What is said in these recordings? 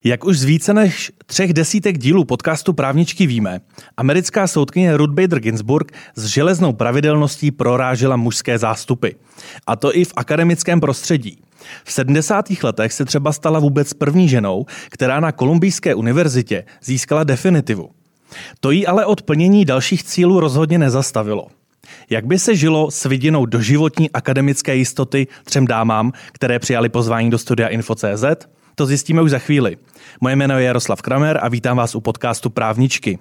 Jak už z více než 3 desítek dílů podcastu Právničky víme, americká soudkyně Ruth Bader Ginsburg s železnou pravidelností prorážela mužské zástupy. A to i v akademickém prostředí. V 70. letech se třeba stala vůbec první ženou, která na Kolumbijské univerzitě získala definitivu. To jí ale od plnění dalších cílů rozhodně nezastavilo. Jak by se žilo s vidinou doživotní akademické jistoty 3 dámám, které přijali pozvání do studia Info.cz? To zjistíme už za chvíli. Moje jméno je Jaroslav Kramer a vítám vás u podcastu Právničky.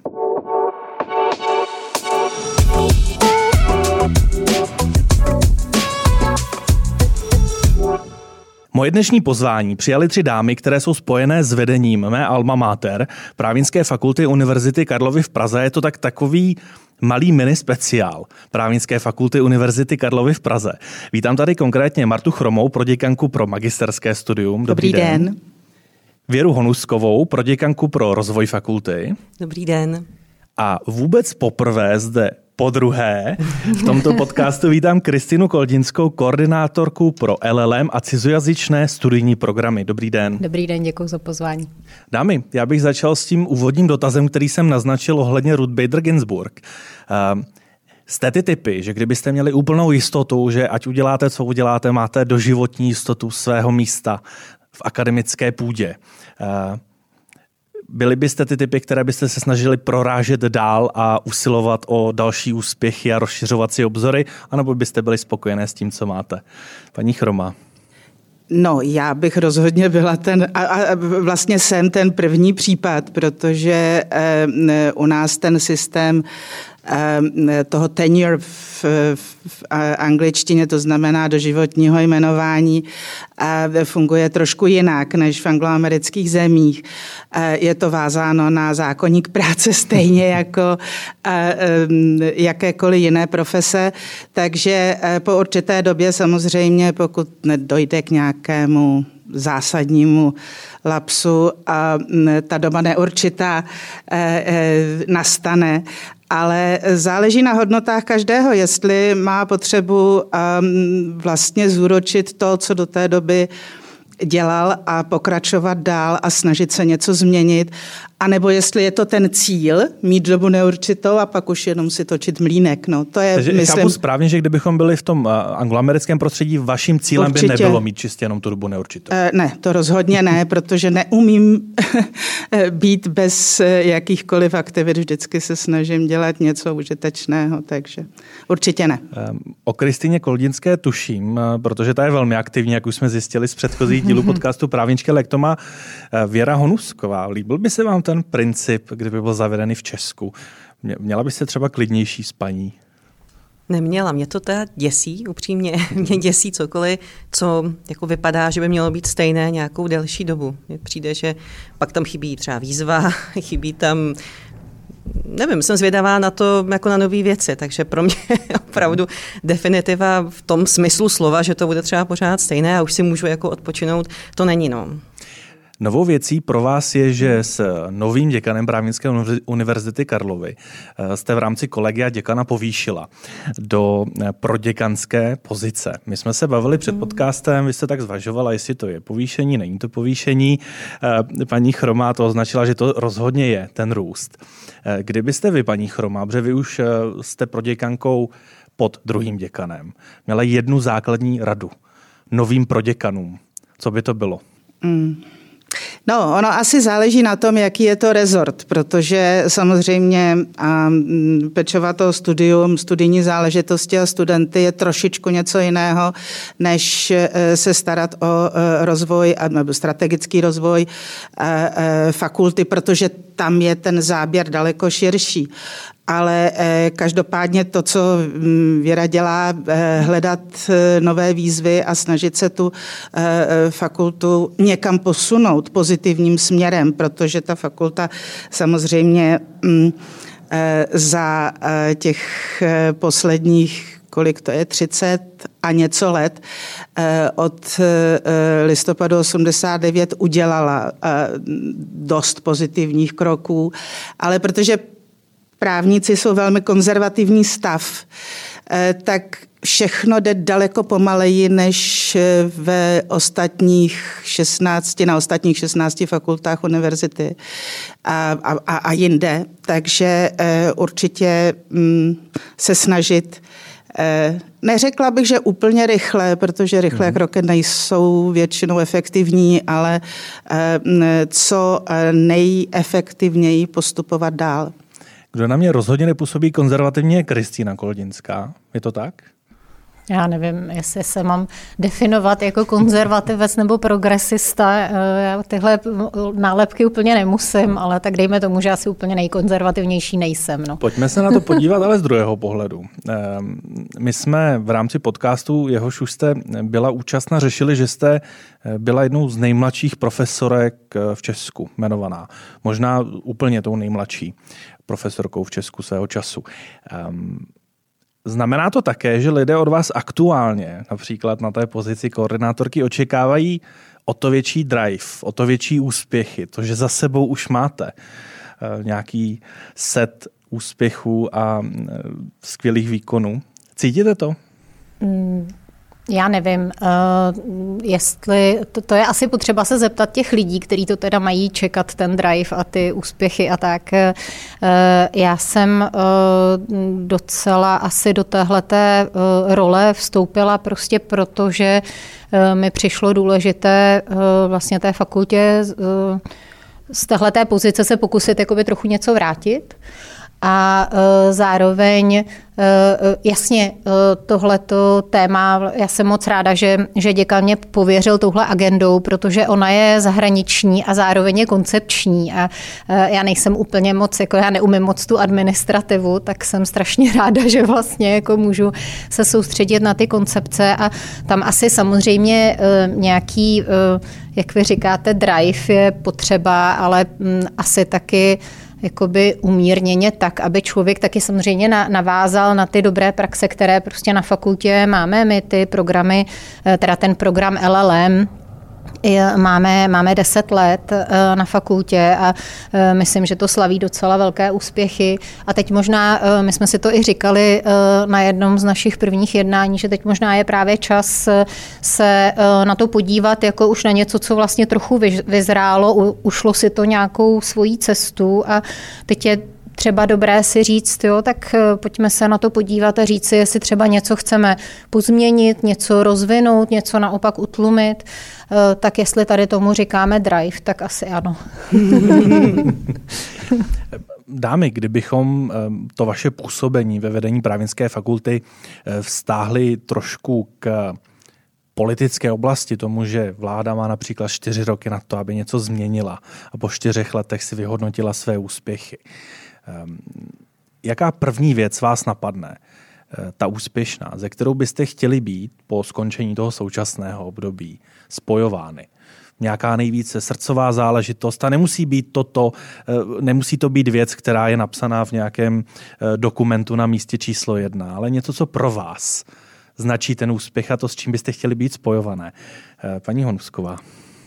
Moje dnešní pozvání přijali 3 dámy, které jsou spojené s vedením mé alma mater, Právnické fakulty Univerzity Karlovy v Praze. Je to takový malý mini speciál Právnické fakulty Univerzity Karlovy v Praze. Vítám tady konkrétně Martu Chromou, proděkanku pro magisterské studium. Dobrý den. Věru Honuskovou, proděkanku pro rozvoj fakulty. Dobrý den. A vůbec poprvé zde podruhé v tomto podcastu vítám Kristinu Koldinskou, koordinátorku pro LLM a cizojazyčné studijní programy. Dobrý den. Dobrý den, děkuji za pozvání. Dámy, já bych začal s tím úvodním dotazem, který jsem naznačil ohledně Ruth Bader Ginsburg. Jste ty typy, že kdybyste měli úplnou jistotu, že ať uděláte, co uděláte, máte doživotní jistotu svého místa v akademické půdě. Byli byste ty typy, které byste se snažili prorážet dál a usilovat o další úspěchy a rozšiřovat si obzory, anebo byste byli spokojené s tím, co máte? Paní Chroma. No, já bych rozhodně byla vlastně jsem ten první případ, protože u nás ten systém toho tenure v angličtině, to znamená doživotního jmenování, funguje trošku jinak než v angloamerických zemích. Je to vázáno na zákoník práce stejně jako jakékoliv jiné profese, takže po určité době samozřejmě, pokud nedojde k nějakému zásadnímu lapsu a ta doba neurčitá nastane, ale záleží na hodnotách každého, jestli má potřebu vlastně zúročit to, co do té doby dělal a pokračovat dál a snažit se něco změnit, anebo jestli je to ten cíl, mít dobu neurčitou a pak už jenom si točit mlýnek. No, to je, takže chápu správně, že kdybychom byli v tom angloamerickém prostředí, vaším cílem určitě by nebylo mít čistě jenom tu dobu neurčitou. Ne, to rozhodně ne, protože neumím být bez jakýchkoliv aktivit. Vždycky se snažím dělat něco užitečného, takže určitě ne. O Kristině Koldinské tuším, protože ta je velmi aktivní, jak už jsme zjistili z předchozích dílů podcastu Právničky, ale jak to má Věra Honusková. Líbil by se vám ten princip, kdyby byl zavedený v Česku? Měla byste třeba klidnější spaní? Neměla. Mě to teda děsí, upřímně. Mě děsí cokoliv, co jako vypadá, že by mělo být stejné nějakou delší dobu. Mně přijde, že pak tam chybí třeba výzva, chybí tam, nevím, jsem zvědavá na to jako na nové věci, takže pro mě opravdu definitiva v tom smyslu slova, že to bude třeba pořád stejné a už si můžu jako odpočinout, to není, no. Novou věcí pro vás je, že s novým děkanem Právnické univerzity Karlovy jste v rámci kolegia děkana povýšila do proděkanské pozice. My jsme se bavili před podcastem, vy jste tak zvažovala, jestli to je povýšení, není to povýšení. Paní Chromá to označila, že to rozhodně je ten růst. Kdybyste vy, paní Chromá, protože vy už jste proděkankou pod druhým děkanem, měla jednu základní radu novým proděkanům, co by to bylo? No, ono asi záleží na tom, jaký je to rezort, protože samozřejmě pečovat o studium, studijní záležitosti a studenty je trošičku něco jiného, než se starat o rozvoj nebo strategický rozvoj fakulty, protože tam je ten záběr daleko širší. Ale každopádně to, co Věra dělá, hledat nové výzvy a snažit se tu fakultu někam posunout pozitivním směrem, protože ta fakulta samozřejmě za těch posledních, kolik to je, 30 a něco let, od listopadu 89 udělala dost pozitivních kroků, ale protože právníci jsou velmi konzervativní stav, tak všechno jde daleko pomaleji než na ostatních 16 fakultách univerzity a jinde. Takže určitě se snažit. Neřekla bych, že úplně rychle, protože rychlé kroky nejsou většinou efektivní, ale co nejefektivněji postupovat dál. Kdo na mě rozhodně nepůsobí konzervativně, je Kristýna Koldinská. Je to tak? Já nevím, jestli se mám definovat jako konzervativec nebo progresista. Já tyhle nálepky úplně nemusím, ale tak dejme tomu, že asi úplně nejkonzervativnější nejsem. No. Pojďme se na to podívat, ale z druhého pohledu. My jsme v rámci podcastu, jehož už jste byla účastna, řešili, že jste byla jednou z nejmladších profesorek v Česku jmenovaná. Možná úplně tou nejmladší profesorkou v Česku svého času. Znamená to také, že lidé od vás aktuálně, například na té pozici koordinátorky, očekávají o to větší drive, o to větší úspěchy, to, že za sebou už máte nějaký set úspěchů a skvělých výkonů. Cítíte to? Já nevím, jestli to je asi potřeba se zeptat těch lidí, kteří to teda mají čekat, ten drive a ty úspěchy a tak. Já jsem docela asi do téhleté role vstoupila prostě proto, že mi přišlo důležité vlastně té fakultě z téhleté pozice se pokusit jakoby trochu něco vrátit. A zároveň jasně tohleto téma, já jsem moc ráda, že děkan mě pověřil touhle agendou, protože ona je zahraniční a zároveň je koncepční a já nejsem úplně moc, jako já neumím moc tu administrativu, tak jsem strašně ráda, že vlastně jako můžu se soustředit na ty koncepce a tam asi samozřejmě nějaký, jak vy říkáte, drive je potřeba, ale asi taky jakoby umírněně tak, aby člověk taky samozřejmě navázal na ty dobré praxe, které prostě na fakultě máme. My ty programy, teda ten program LLM, máme 10 let na fakultě a myslím, že to slaví docela velké úspěchy. A teď možná, my jsme si to i říkali na jednom z našich prvních jednání, že teď možná je právě čas se na to podívat jako už na něco, co vlastně trochu vyzrálo, ušlo si to nějakou svojí cestu a teď je třeba dobré si říct, jo, tak pojďme se na to podívat a říct si, jestli třeba něco chceme pozměnit, něco rozvinout, něco naopak utlumit, tak jestli tady tomu říkáme drive, tak asi ano. Dámy, kdybychom to vaše působení ve vedení právnické fakulty vztáhli trošku k politické oblasti, tomu, že vláda má například 4 roky na to, aby něco změnila a po 4 letech si vyhodnotila své úspěchy. Jaká první věc vás napadne, ta úspěšná, ze kterou byste chtěli být po skončení toho současného období spojovány? Nějaká nejvíce srdcová záležitost a nemusí to být věc, která je napsaná v nějakém dokumentu na místě číslo 1, ale něco, co pro vás značí ten úspěch a to, s čím byste chtěli být spojované. Paní Honusková.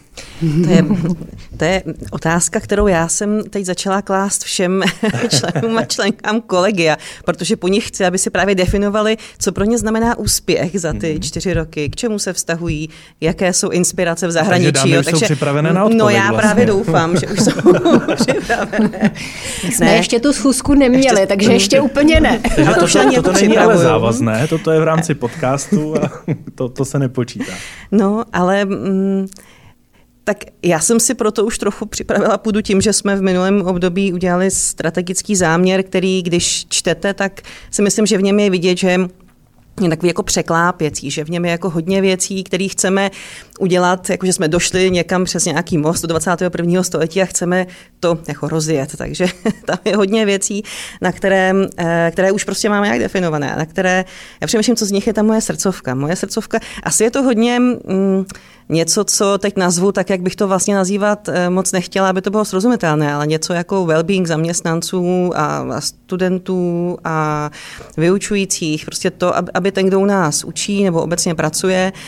To je otázka, kterou já jsem teď začala klást všem členům a členkám kolegia, protože po nich chci, aby si právě definovali, co pro ně znamená úspěch za ty 4 roky, k čemu se vztahují, jaké jsou inspirace v zahraničí. Takže dámy už jsou připravené na odpověď. No já právě doufám, že už jsou připravené. Jsme ještě tu schůzku neměli, takže ještě úplně ne. Ale toto není ale závazné, toto je v rámci podcastu a to se nepočítá. No, ale tak já jsem si proto už trochu připravila půdu tím, že jsme v minulém období udělali strategický záměr, který když čtete, tak si myslím, že v něm je vidět, že je takový jako překlápěcí, že v něm je jako hodně věcí, které chceme udělat, jakože jsme došli někam přes nějaký most do 21. století a chceme to jako rozjet. Takže tam je hodně věcí, na které už prostě máme nějak definované, na které, já přemýšlím, co z nich je ta moje srdcovka. Moje srdcovka, asi je to hodně něco, co teď nazvu, tak jak bych to vlastně nazývat moc nechtěla, aby to bylo srozumitelné, ale něco jako well-being zaměstnanců a studentů a vyučujících, prostě to, aby ten, kdo u nás učí nebo obecně pracuje,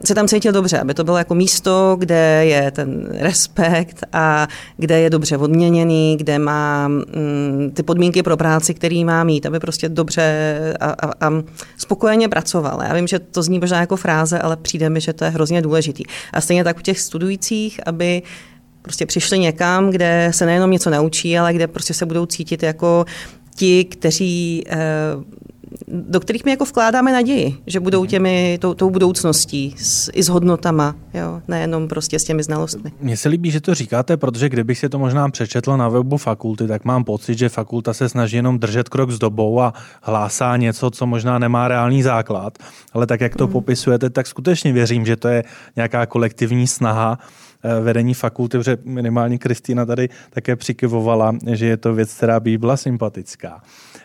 se tam cítil dobře, aby to bylo jako místo, kde je ten respekt a kde je dobře odměněný, kde má ty podmínky pro práci, který má mít, aby prostě dobře a spokojeně pracoval. Já vím, že to zní možná jako fráze, ale přijde mi, že to je hrozně důležitý. A stejně tak u těch studujících, aby prostě přišli někam, kde se nejenom něco naučí, ale kde prostě se budou cítit jako ti, kteří do kterých my jako vkládáme naději, že budou tou budoucností i s hodnotama, jo? Nejenom prostě s těmi znalostmi. Mně se líbí, že to říkáte, protože kdybych si to možná přečetl na webu fakulty, tak mám pocit, že fakulta se snaží jenom držet krok s dobou a hlásá něco, co možná nemá reálný základ. Ale tak, jak to popisujete, tak skutečně věřím, že to je nějaká kolektivní snaha vedení fakulty, protože minimálně Kristýna tady také přikyvovala, že je to věc, která by byla sympatická.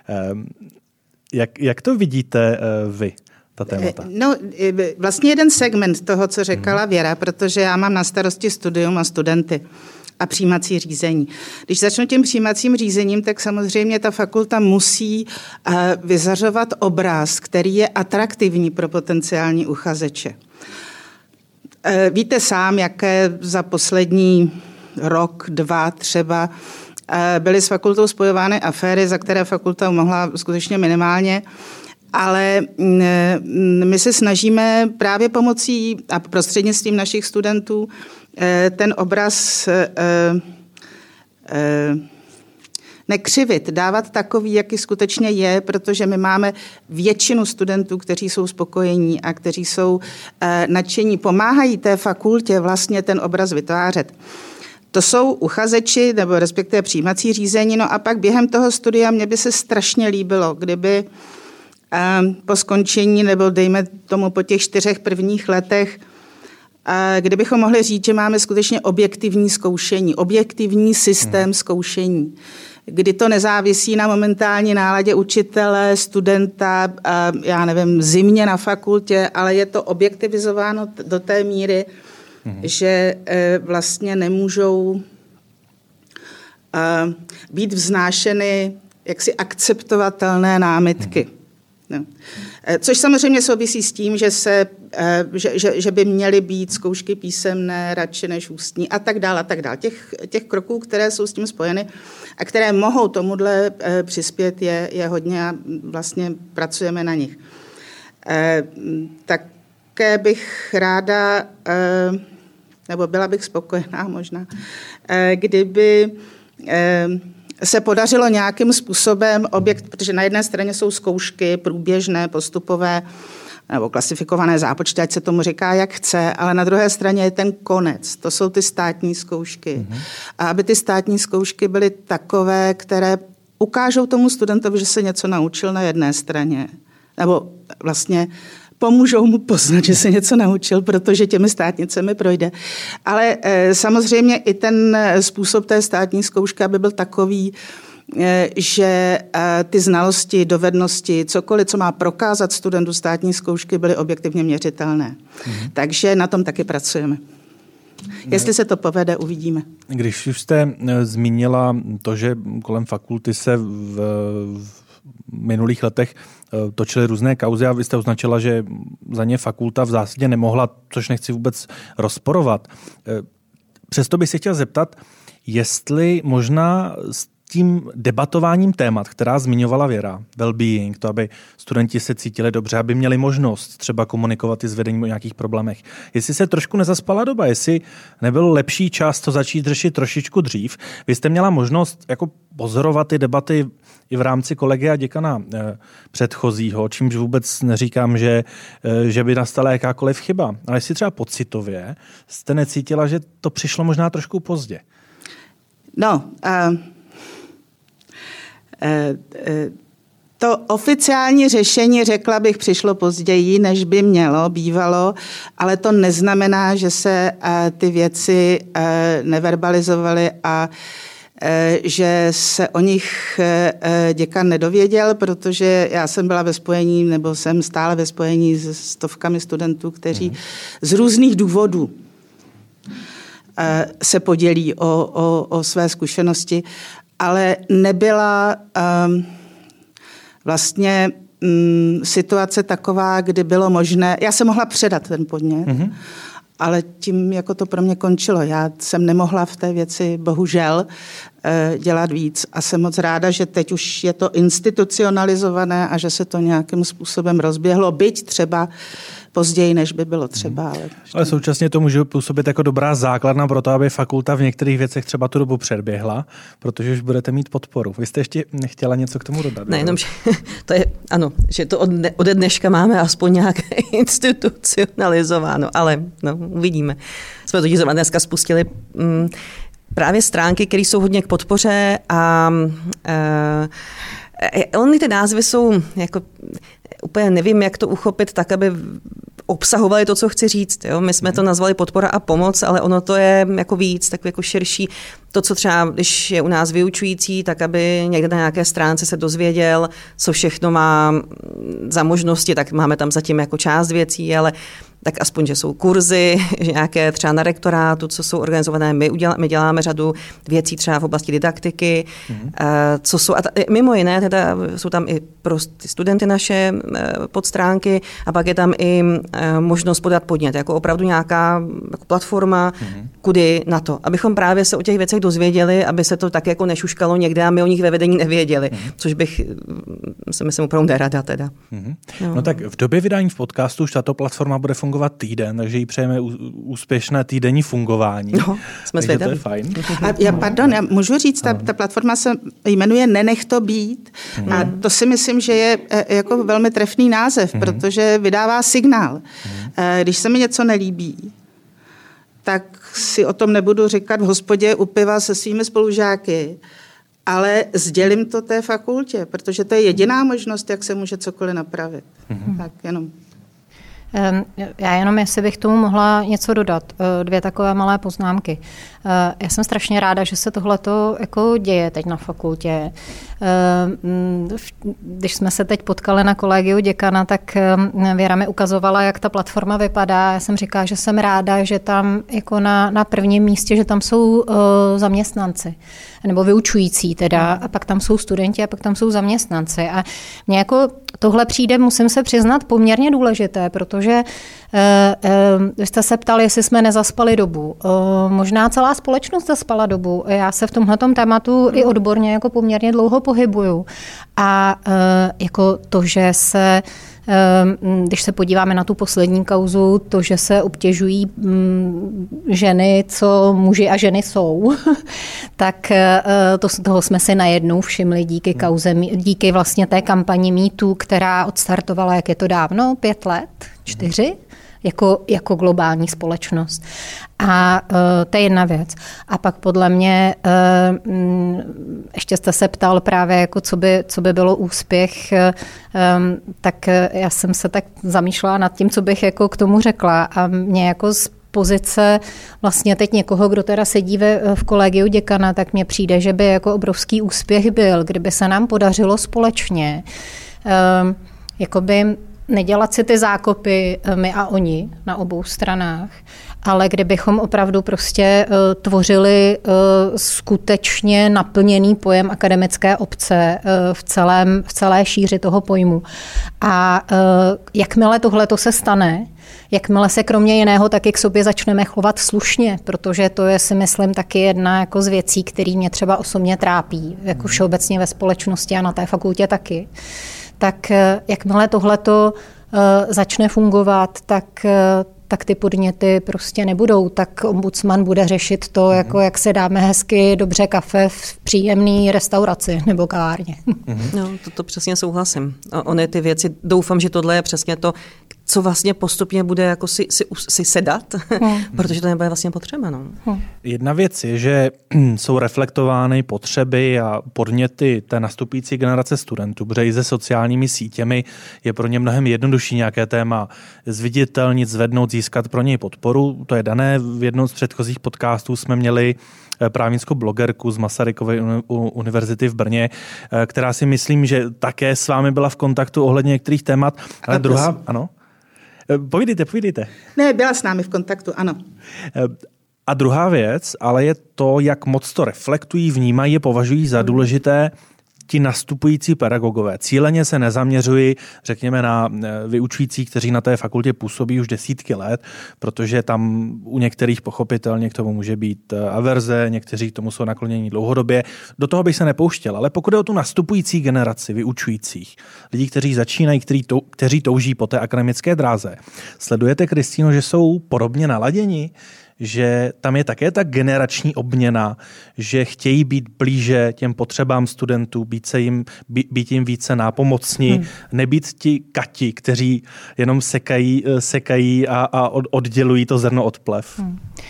Jak to vidíte vy, ta témata? No, vlastně jeden segment toho, co řekala Věra, protože já mám na starosti studium a studenty a přijímací řízení. Když začnu tím přijímacím řízením, tak samozřejmě ta fakulta musí vyzařovat obraz, který je atraktivní pro potenciální uchazeče. Víte sám, jaké za poslední rok, 2 třeba byly s fakultou spojovány aféry, za které fakulta mohla skutečně minimálně, ale my se snažíme právě pomocí a prostřednictvím našich studentů ten obraz nekřivit, dávat takový, jaký skutečně je, protože my máme většinu studentů, kteří jsou spokojení a kteří jsou nadšení, pomáhají té fakultě vlastně ten obraz vytvářet. To jsou uchazeči, nebo respektive přijímací řízení, no a pak během toho studia mě by se strašně líbilo, kdyby po skončení, nebo dejme tomu po těch 4 prvních letech, kdybychom mohli říct, že máme skutečně objektivní zkoušení, objektivní systém zkoušení, kdy to nezávisí na momentální náladě učitele, studenta, já nevím, zimě na fakultě, ale je to objektivizováno do té míry, že vlastně nemůžou být vznášeny jaksi akceptovatelné námitky. No. Což samozřejmě souvisí s tím, že by měly být zkoušky písemné radši než ústní a tak dále, a tak dále. Těch kroků, které jsou s tím spojeny a které mohou tomuhle přispět, je hodně a vlastně pracujeme na nich. Také bych ráda, nebo byla bych spokojená možná, kdyby se podařilo nějakým způsobem protože na jedné straně jsou zkoušky průběžné, postupové nebo klasifikované zápočty, ať se tomu říká, jak chce, ale na druhé straně je ten konec. To jsou ty státní zkoušky. A aby ty státní zkoušky byly takové, které ukážou tomu studentovi, že se něco naučil na jedné straně, nebo vlastně pomůžou mu poznat, že se něco naučil, protože těmi státnicemi projde. Ale samozřejmě i ten způsob té státní zkoušky, aby byl takový, že ty znalosti, dovednosti, cokoliv, co má prokázat studentu státní zkoušky, byly objektivně měřitelné. Takže na tom taky pracujeme. Jestli se to povede, uvidíme. Když už jste zmínila to, že kolem fakulty se v minulých letech točily různé kauzy a vy jste označila, že za ně fakulta v zásadě nemohla, což nechci vůbec rozporovat. Přesto bych se chtěl zeptat, jestli možná s tím debatováním témat, která zmiňovala Věra, well-being, to, aby studenti se cítili dobře, aby měli možnost třeba komunikovat i s vedením o nějakých problémech. Jestli se trošku nezaspala doba, jestli nebyl lepší čas to začít řešit trošičku dřív. Vy jste měla možnost jako pozorovat ty debaty i v rámci kolegia děkana předchozího, čímž vůbec neříkám, že by nastala jakákoliv chyba. Ale jestli třeba pocitově jste necítila, že to přišlo možná trošku pozdě? No, to oficiální řešení, řekla bych, přišlo později, než by bývalo, ale to neznamená, že se ty věci neverbalizovaly a že se o nich děkan nedověděl, protože já jsem byla ve spojení, nebo jsem stále ve spojení s stovkami studentů, kteří z různých důvodů se podělí o své zkušenosti, ale nebyla vlastně situace taková, kdy bylo možné, já jsem mohla předat ten podnět, ale tím jako to pro mě končilo. Já jsem nemohla v té věci bohužel dělat víc a jsem moc ráda, že teď už je to institucionalizované a že se to nějakým způsobem rozběhlo, byť třeba později, než by bylo třeba. Ale současně to může působit jako dobrá základna pro to, aby fakulta v některých věcech třeba tu dobu předběhla, protože už budete mít podporu. Vy jste ještě nechtěla něco k tomu dodat? Ne, jenom, že to je, ano, že to ode dneška máme aspoň nějak institucionalizováno, ale no, uvidíme. Jsme totiž zrovna dneska spustili právě stránky, které jsou hodně k podpoře a ony ty názvy jsou jako úplně nevím, jak to uchopit tak, aby obsahovaly to, co chci říct. Jo? My jsme to nazvali podpora a pomoc, ale ono to je jako víc, tak jako širší. To, co třeba, když je u nás vyučující, tak aby někde na nějaké stránce se dozvěděl, co všechno má za možnosti, tak máme tam zatím jako část věcí, ale tak aspoň, že jsou kurzy, že nějaké třeba na rektorátu, co jsou organizované. My děláme řadu věcí třeba v oblasti didaktiky, co jsou, a mimo jiné, teda jsou tam i pro ty studenty naše podstránky a pak je tam i možnost podat podnět, jako opravdu nějaká jako platforma, kudy na to, abychom právě se o těch věcech dozvěděli, aby se to tak jako nešuškalo někde a my o nich ve vedení nevěděli, což bych si myslím opravdu nerada teda. No tak v době vydání v podcastu už tato platforma bude fungovat týden, takže jí přejeme úspěšné týdenní fungování. No, jsme zvědaví. To je fajn. Já můžu říct, ta platforma se jmenuje Nenech to být a to si myslím, že je jako velmi trefný název, protože vydává signál. Když se mi něco nelíbí, tak si o tom nebudu říkat v hospodě u piva se svými spolužáky, ale sdělím to té fakultě, protože to je jediná možnost, jak se může cokoliv napravit. Tak jenom. Já jenom, jestli bych tomu mohla něco dodat, 2 takové malé poznámky. Já jsem strašně ráda, že se tohleto jako děje teď na fakultě. Když jsme se teď potkali na kolegiu děkana, tak Věra mi ukazovala, jak ta platforma vypadá. Já jsem říkala, že jsem ráda, že tam jako na prvním místě, že tam jsou zaměstnanci, nebo vyučující teda, a pak tam jsou studenti a pak tam jsou zaměstnanci. A mně jako tohle přijde, musím se přiznat, poměrně důležité, protože vy jste se ptali, jestli jsme nezaspali dobu. Možná celá společnost zaspala dobu. Já se v tomhletom tématu i odborně jako poměrně dlouho pohybuju. A jako to, že se když se podíváme na tu poslední kauzu, to, že se obtěžují ženy, co muži a ženy jsou, tak toho jsme si najednou všimli díky kauze, díky vlastně té kampani MeToo, která odstartovala, jak je to dávno, 5 let, 4, jako globální společnost. A to je jedna věc. A pak podle mě, ještě jste se ptal právě, jako co by bylo úspěch, tak já jsem se tak zamýšlela nad tím, co bych jako k tomu řekla. A mě jako z pozice vlastně teď někoho, kdo teda sedí v kolegiu děkana, tak mně přijde, že by jako obrovský úspěch byl, kdyby se nám podařilo společně jakoby nedělat si ty zákopy my a oni na obou stranách, ale kdybychom opravdu prostě tvořili skutečně naplněný pojem akademické obce v celé šíři toho pojmu. A jakmile tohleto se stane, jakmile se kromě jiného taky k sobě začneme chovat slušně, protože to je, si myslím, taky jedna jako z věcí, které mě třeba osobně trápí, jako všeobecně ve společnosti a na té fakultě taky. Tak jakmile tohleto začne fungovat, tak ty podněty prostě nebudou. Tak ombudsman bude řešit to, jako jak se dáme hezky dobře kafe v příjemné restauraci nebo kavárně. No, to přesně souhlasím. Ony ty věci, doufám, že tohle je přesně to, co vlastně postupně bude jako si sedat, protože to nebude vlastně potřeba. No. Jedna věc je, že jsou reflektovány potřeby a podněty té nastupující generace studentů, protože i se sociálními sítěmi je pro ně mnohem jednodušší nějaké téma zviditelnit, zvednout, získat pro něj podporu. To je dané. V jednom z předchozích podcastů jsme měli právnickou blogerku z Masarykovy univerzity v Brně, která si myslím, že také s vámi byla v kontaktu ohledně některých témat. Ale druhá, ano? Povídejte. Ne, byla s námi v kontaktu, ano. A druhá věc, ale je to, jak moc to reflektují, vnímají, považují za důležité ti nastupující pedagogové. Cíleně se nezaměřuji, řekněme, na vyučující, kteří na té fakultě působí už desítky let, protože tam u některých pochopitelně k tomu může být averze, někteří k tomu jsou naklonění dlouhodobě. Do toho bych se nepouštěl, ale pokud je o tu nastupující generaci vyučujících, lidí, kteří začínají, kteří touží po té akademické dráze, sledujete, Kristýno, že jsou podobně naladěni, že tam je také ta generační obměna, že chtějí být blíže těm potřebám studentů, být jim více nápomocní, nebýt ti kati, kteří jenom sekají a oddělují to zrno od plev.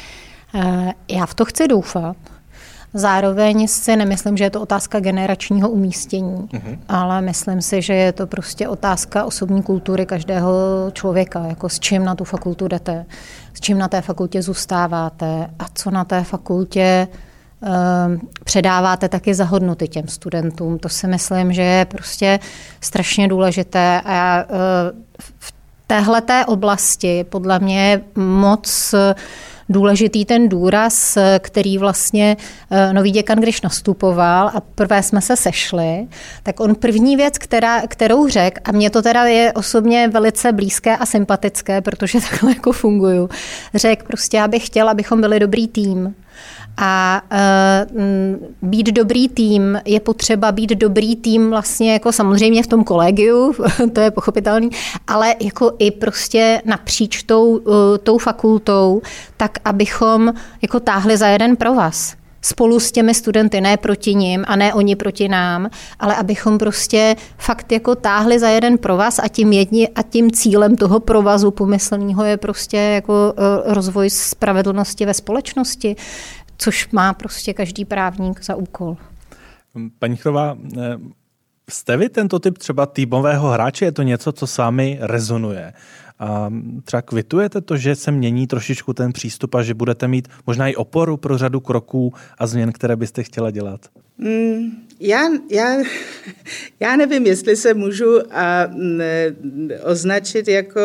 Já v to chci doufat. Zároveň si nemyslím, že je to otázka generačního umístění, ale myslím si, že je to prostě otázka osobní kultury každého člověka, jako s čím na tu fakultu jdete, s čím na té fakultě zůstáváte a co na té fakultě předáváte taky za hodnoty těm studentům. To si myslím, že je prostě strašně důležité a v téhleté oblasti podle mě je moc důležitý ten důraz, který vlastně nový děkan, když nastupoval a prvé jsme se sešli, tak on první věc, kterou řekl, a mně to teda je osobně velice blízké a sympatické, protože takhle jako funguju, řekl prostě, já bych chtěl, abychom byli dobrý tým. A být dobrý tým je potřeba být dobrý tým vlastně jako samozřejmě v tom kolegiu, to je pochopitelný, ale jako i prostě napříč tou fakultou, tak abychom jako táhli za jeden provaz. Spolu s těmi studenty, ne proti nim a ne oni proti nám, ale abychom prostě fakt jako táhli za jeden provaz a tím cílem toho provazu pomyslného je prostě jako rozvoj spravedlnosti ve společnosti, což má prostě každý právník za úkol. Paní Chrová, jste vy tento typ třeba týmového hráče? Je to něco, co s vámi rezonuje? A třeba kvitujete to, že se mění trošičku ten přístup a že budete mít možná i oporu pro řadu kroků a změn, které byste chtěla dělat? Já nevím, jestli se můžu označit jako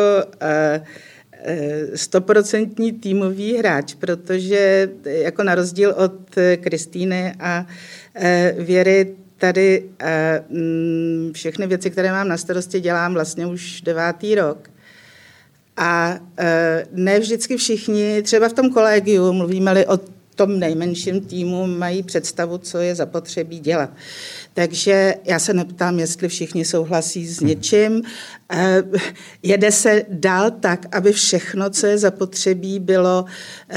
100% týmový hráč, protože jako na rozdíl od Kristýny a Věry tady všechny věci, které mám na starosti, dělám vlastně už 9. rok. A ne vždycky všichni, třeba v tom kolegiu, mluvíme-li o tom nejmenším týmu, mají představu, co je zapotřebí dělat. Takže já se neptám, jestli všichni souhlasí s něčím. Jede se dál tak, aby všechno, co je zapotřebí, bylo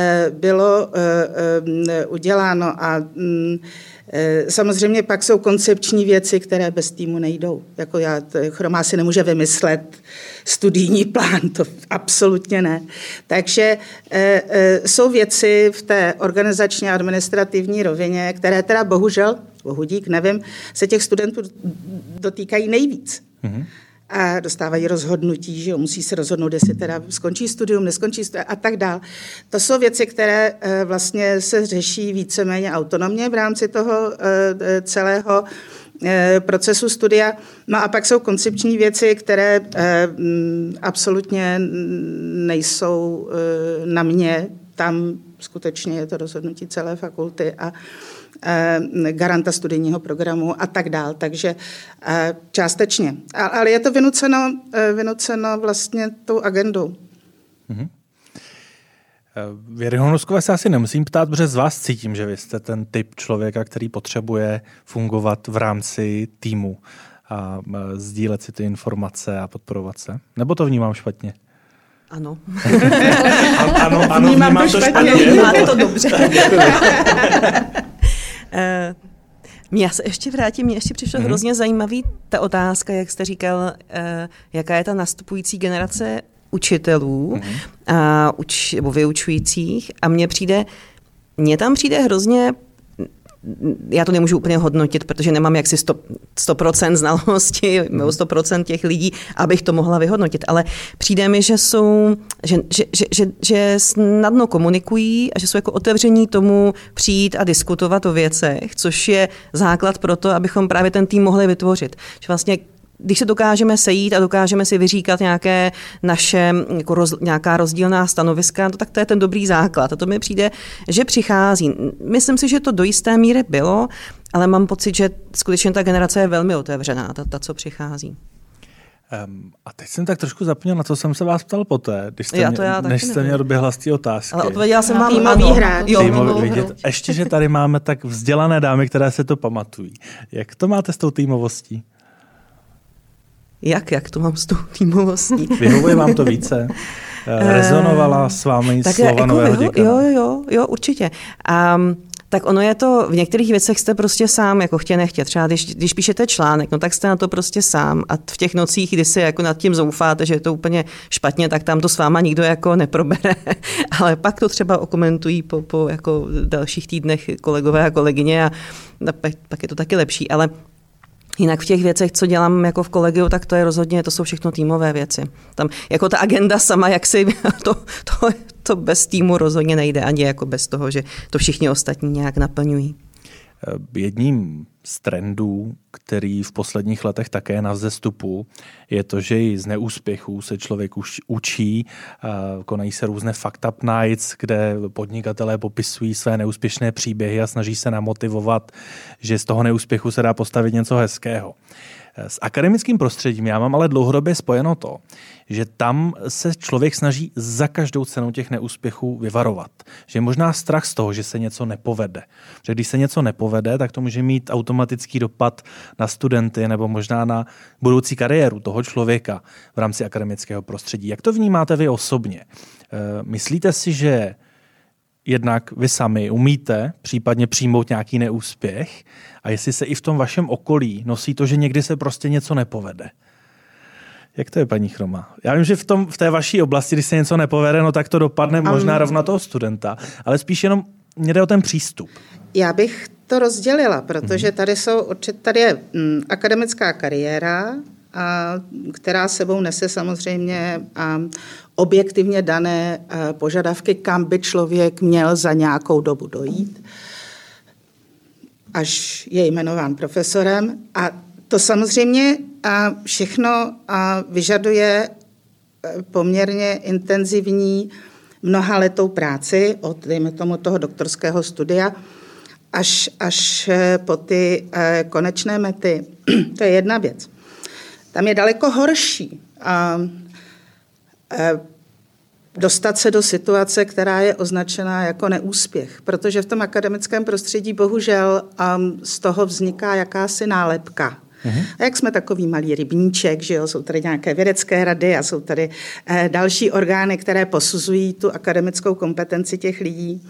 uděláno. A samozřejmě pak jsou koncepční věci, které bez týmu nejdou. Jako Chromá si nemůže vymyslet studijní plán, to absolutně ne. Takže jsou věci v té organizační a administrativní rovině, které teda bohužel, bohudík, nevím, se těch studentů dotýkají nejvíc. A dostávají rozhodnutí, že musí se rozhodnout, jestli teda skončí studium, neskončí studium a tak dál. To jsou věci, které vlastně se řeší víceméně autonomně v rámci toho celého procesu studia. No a pak jsou koncepční věci, které absolutně nejsou na mě. Tam skutečně je to rozhodnutí celé fakulty a garanta studijního programu a tak dál. Takže částečně. Ale je to vynuceno vlastně tou agendou. Věry Honoskové se asi nemusím ptát, protože z vás cítím, že vy jste ten typ člověka, který potřebuje fungovat v rámci týmu a sdílet si ty informace a podporovat se. Nebo to vnímám špatně? Ano. Ano, vnímám to špatně. Vnímáte to dobře. Já se ještě vrátím, mě ještě přišlo hrozně zajímavý ta otázka, jak jste říkal, jaká je ta nastupující generace učitelů nebo vyučujících a mně tam přijde hrozně, já to nemůžu úplně hodnotit, protože nemám jaksi 100% znalosti, 100% těch lidí, abych to mohla vyhodnotit, ale přijde mi, že snadno komunikují a že jsou jako otevření tomu přijít a diskutovat o věcech, což je základ pro to, abychom právě ten tým mohli vytvořit. Že vlastně když se dokážeme sejít a dokážeme si vyříkat nějaké naše nějaká rozdílná stanoviska, tak to je ten dobrý základ. A to mi přijde, že přichází. Myslím si, že to do jisté míry bylo Ale mám pocit, že skutečně ta generace je velmi otevřená, ta co přichází. A teď jsem tak trošku zapomněl, na co jsem se vás ptal poté, než jste mě doběhla z té otázky. Ale odpověděla jsem vám týmový hráč. Ještě, že tady máme tak vzdělané dámy, které se to pamatují. Jak to máte s tou týmovostí? Jak to mám s tou týmovostí? Vyhovuje vám to více? Rezonovala s vámi slova nového děkana? Jo, určitě. Tak ono je to, v některých věcech jste prostě sám, jako chtě nechtě. Třeba když píšete článek, no tak jste na to prostě sám a v těch nocích, kdy si jako nad tím zoufáte, že je to úplně špatně, tak tam to s váma nikdo jako neprobere. Ale pak to třeba okomentují po jako dalších týdnech kolegové a kolegyně a pak je to taky lepší. Ale jinak v těch věcech, co dělám jako v kolegiu, tak to jsou všechno týmové věci. Tam jako ta agenda sama, jak si to bez týmu rozhodně nejde, ani jako bez toho, že to všichni ostatní nějak naplňují. Jedním z trendů, který v posledních letech také je na vzestupu, je to, že i z neúspěchů se člověk už učí. Konají se různé fact up nights, kde podnikatelé popisují své neúspěšné příběhy a snaží se namotivovat, že z toho neúspěchu se dá postavit něco hezkého. S akademickým prostředím já mám ale dlouhodobě spojeno to, že tam se člověk snaží za každou cenu těch neúspěchů vyvarovat. Že je možná strach z toho, že se něco nepovede. Že když se něco nepovede, tak to může mít automatický dopad na studenty nebo možná na budoucí kariéru toho člověka v rámci akademického prostředí. Jak to vnímáte vy osobně? Myslíte si, že jednak vy sami umíte případně přijmout nějaký neúspěch a jestli se i v tom vašem okolí nosí to, že někdy se prostě něco nepovede? Jak to je, paní Chroma? Já vím, že v té vaší oblasti, když se něco nepovede, no tak to dopadne možná rovna toho studenta, ale spíš jenom mě jde o ten přístup. Já bych to rozdělila, protože tady je akademická kariéra, která sebou nese samozřejmě objektivně dané požadavky, kam by člověk měl za nějakou dobu dojít, až je jmenován profesorem. A to samozřejmě všechno vyžaduje poměrně intenzivní mnohaletou práci od, dejme tomu, toho doktorského studia až po ty konečné mety. To je jedna věc. Tam je daleko horší dostat se do situace, která je označená jako neúspěch, protože v tom akademickém prostředí bohužel z toho vzniká jakási nálepka. A jak jsme takový malý rybníček, že jo, jsou tady nějaké vědecké rady a jsou tady další orgány, které posuzují tu akademickou kompetenci těch lidí,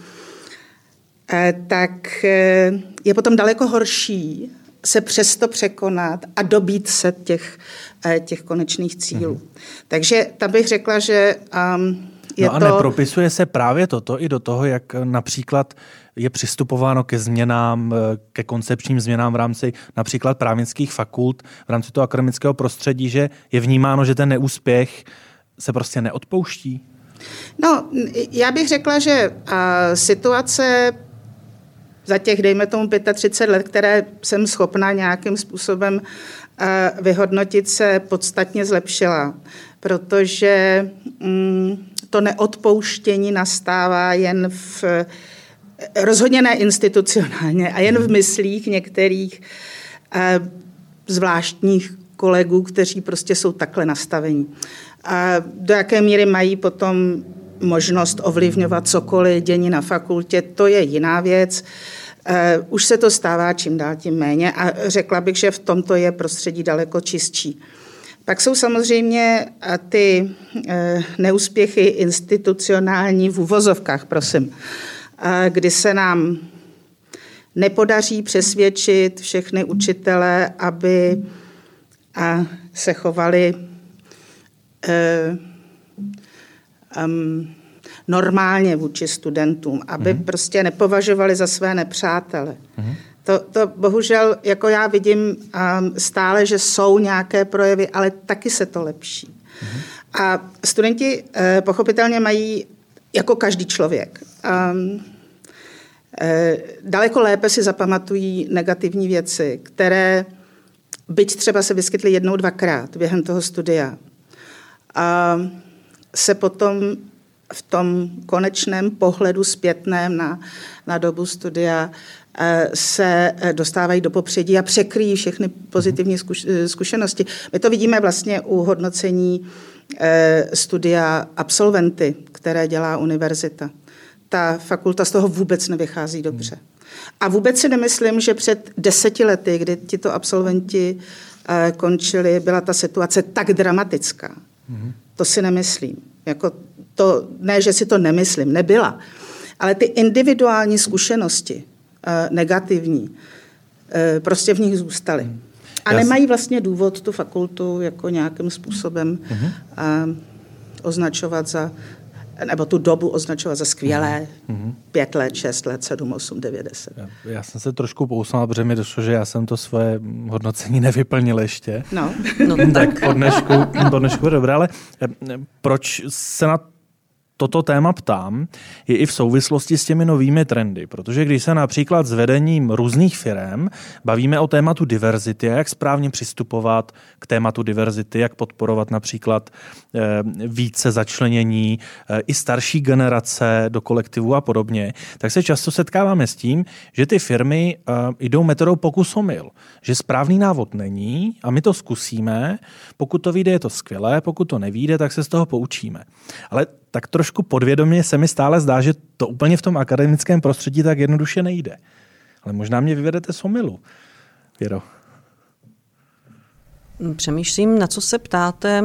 tak je potom daleko horší se přesto překonat a dobít se těch konečných cílů. Takže tam bych řekla, že je a nepropisuje se právě toto i do toho, jak například je přistupováno ke změnám, ke koncepčním změnám v rámci například právnických fakult, v rámci toho akademického prostředí, že je vnímáno, že ten neúspěch se prostě neodpouští? No, já bych řekla, že situace za těch, dejme tomu 35 let, které jsem schopna nějakým způsobem vyhodnotit, se podstatně zlepšila, protože to neodpouštění nastává jen rozhodně ne institucionálně a jen v myslích některých zvláštních kolegů, kteří prostě jsou takhle nastavení. A do jaké míry mají potom možnost ovlivňovat cokoliv dění na fakultě, to je jiná věc. Už se to stává čím dál tím méně a řekla bych, že v tomto je prostředí daleko čistší. Pak jsou samozřejmě ty neúspěchy institucionální v uvozovkách, prosím, kdy se nám nepodaří přesvědčit všechny učitele, aby se chovali normálně vůči studentům, aby prostě nepovažovali za své nepřátele. To bohužel, jako já vidím stále, že jsou nějaké projevy, ale taky se to lepší. A studenti pochopitelně mají, jako každý člověk, daleko lépe si zapamatují negativní věci, které byť třeba se vyskytly jednou, dvakrát během toho studia, se potom v tom konečném pohledu zpětném na dobu studia se dostávají do popředí a překryjí všechny pozitivní zkušenosti. My to vidíme vlastně u hodnocení studia absolventy, které dělá univerzita. Ta fakulta z toho vůbec nevychází dobře. A vůbec si nemyslím, že před 10 lety, kdy tito absolventi končili, byla ta situace tak dramatická. To si nemyslím. Ne, že si to nemyslím, nebyla. Ale ty individuální zkušenosti negativní prostě v nich zůstaly. A nemají vlastně důvod tu fakultu jako nějakým způsobem označovat za, nebo tu dobu označovat za skvělé 5 let, 6 let, 7, 8, 9, 10. Já jsem se trošku pousnal, protože mi došlo, že já jsem to svoje hodnocení nevyplnil ještě. No tak po dnešku dobré, ale proč se na toto téma ptám, je i v souvislosti s těmi novými trendy, protože když se například s vedením různých firem bavíme o tématu diverzity, jak správně přistupovat k tématu diverzity, jak podporovat například více začlenění i starší generace do kolektivu a podobně, tak se často setkáváme s tím, že ty firmy jdou metodou pokus-omyl, že správný návod není a my to zkusíme, pokud to vyjde, je to skvělé, pokud to nevyjde, tak se z toho poučíme. Ale tak trošku podvědomě se mi stále zdá, že to úplně v tom akademickém prostředí tak jednoduše nejde. Ale možná mě vyvedete z omylu, Věro. Přemýšlím, na co se ptáte.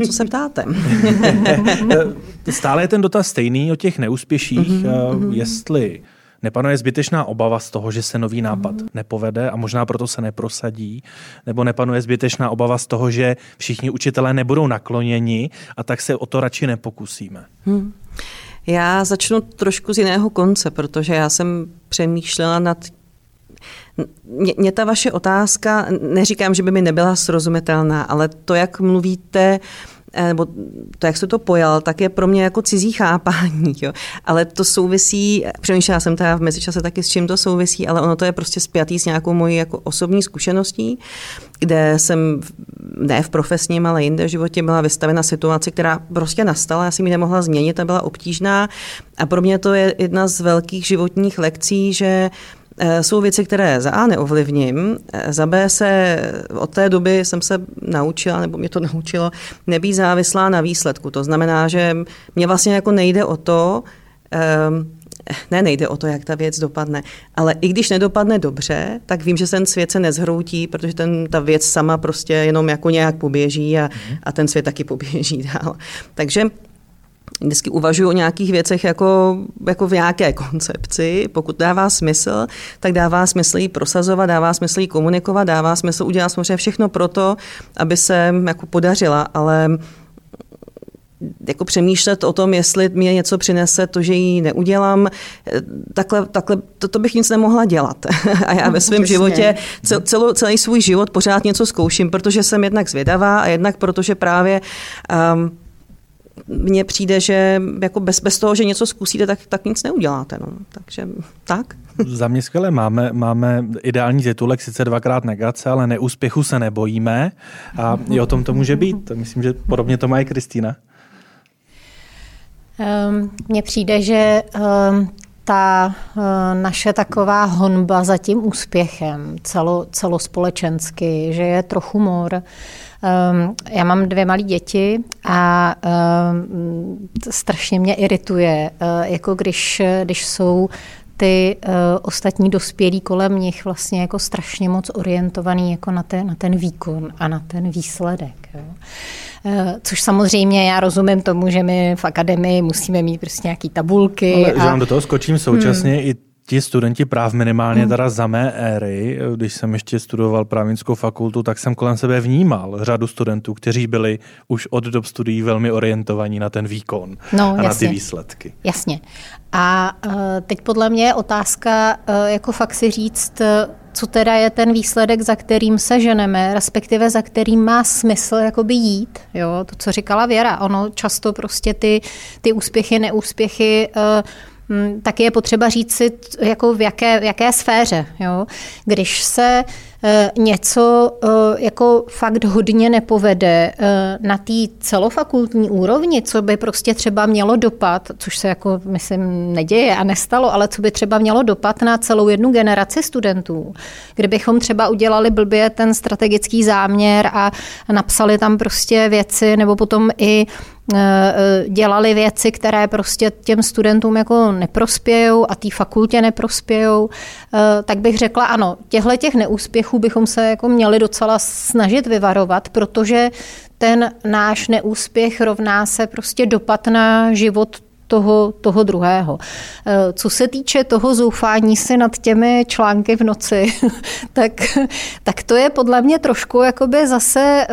Stále je ten dotaz stejný o těch neúspěších, jestli nepanuje zbytečná obava z toho, že se nový nápad nepovede a možná proto se neprosadí, nebo nepanuje zbytečná obava z toho, že všichni učitelé nebudou nakloněni a tak se o to radši nepokusíme. Já začnu trošku z jiného konce, protože já jsem přemýšlela nad... Mě ta vaše otázka, neříkám, že by mi nebyla srozumitelná, ale to, jak mluvíte, nebo to, jak jste to pojal, tak je pro mě jako cizí chápání. Jo? Ale to souvisí, přemýšlela jsem teda v mezičase taky, s čím to souvisí, ale ono to je prostě spjatý s nějakou mojí jako osobní zkušeností, kde jsem ne v profesním, ale jinde v životě byla vystavena situaci, která prostě nastala, já jsem ji nemohla změnit a byla obtížná. A pro mě to je jedna z velkých životních lekcí, že jsou věci, které za A neovlivním, za B se od té doby jsem se naučila, nebo mě to naučilo, nebýt závislá na výsledku. To znamená, že mě vlastně jako nejde o to, nejde o to, jak ta věc dopadne, ale i když nedopadne dobře, tak vím, že ten svět se nezhroutí, protože ta věc sama prostě jenom jako nějak poběží a ten svět taky poběží dál. Takže vždycky uvažuji o nějakých věcech jako v nějaké koncepci. Pokud dává smysl, tak dává smysl ji prosazovat, dává smysl ji komunikovat, dává smysl udělat samozřejmě všechno proto, aby se jako podařila, ale jako přemýšlet o tom, jestli mě něco přinese to, že ji neudělám, takhle to bych nic nemohla dělat. A já ve svém životě celý svůj život pořád něco zkouším, protože jsem jednak zvědavá a jednak protože právě mně přijde, že jako bez toho, že něco zkusíte, tak nic neuděláte. No. Takže tak. Za mě skvěle. Máme ideální titulek, sice 2x negace, ale neúspěchu se nebojíme a i o tom to může být. Myslím, že podobně to má i Kristýna. Mně přijde, že ta naše taková honba za tím úspěchem celospolečensky, že je trochu mor. Já mám 2 malé děti a strašně mě irituje, jako když jsou ty ostatní dospělí kolem nich vlastně jako strašně moc orientovaný jako na ten výkon a na ten výsledek. Jo. Což samozřejmě já rozumím tomu, že my v akademii musíme mít prostě nějaký tabulky. Ale že vám do toho skočím současně i ti studenti práv minimálně teda za mé éry, když jsem ještě studoval právnickou fakultu, tak jsem kolem sebe vnímal řadu studentů, kteří byli už od dob studií velmi orientovaní na ten výkon a na ty výsledky. Jasně. A teď podle mě je otázka, jako fakt si říct, co teda je ten výsledek, za kterým se ženeme, respektive za kterým má smysl jakoby jít. Jo? To, co říkala Věra, ono často prostě ty úspěchy, neúspěchy, tak je potřeba říct si, jako v jaké sféře. Jo? Když se něco jako fakt hodně nepovede na té celofakultní úrovni, co by prostě třeba mělo dopad, což se jako myslím neděje a nestalo, ale co by třeba mělo dopad na celou jednu generaci studentů. Kdybychom třeba udělali blbě ten strategický záměr a napsali tam prostě věci, nebo potom i dělali věci, které prostě těm studentům jako neprospějou a té fakultě neprospějou, tak bych řekla ano, těch neúspěchů bychom se jako měli docela snažit vyvarovat, protože ten náš neúspěch rovná se prostě dopad na život toho druhého. Co se týče toho zoufání si nad těmi články v noci, tak to je podle mě trošku jakoby zase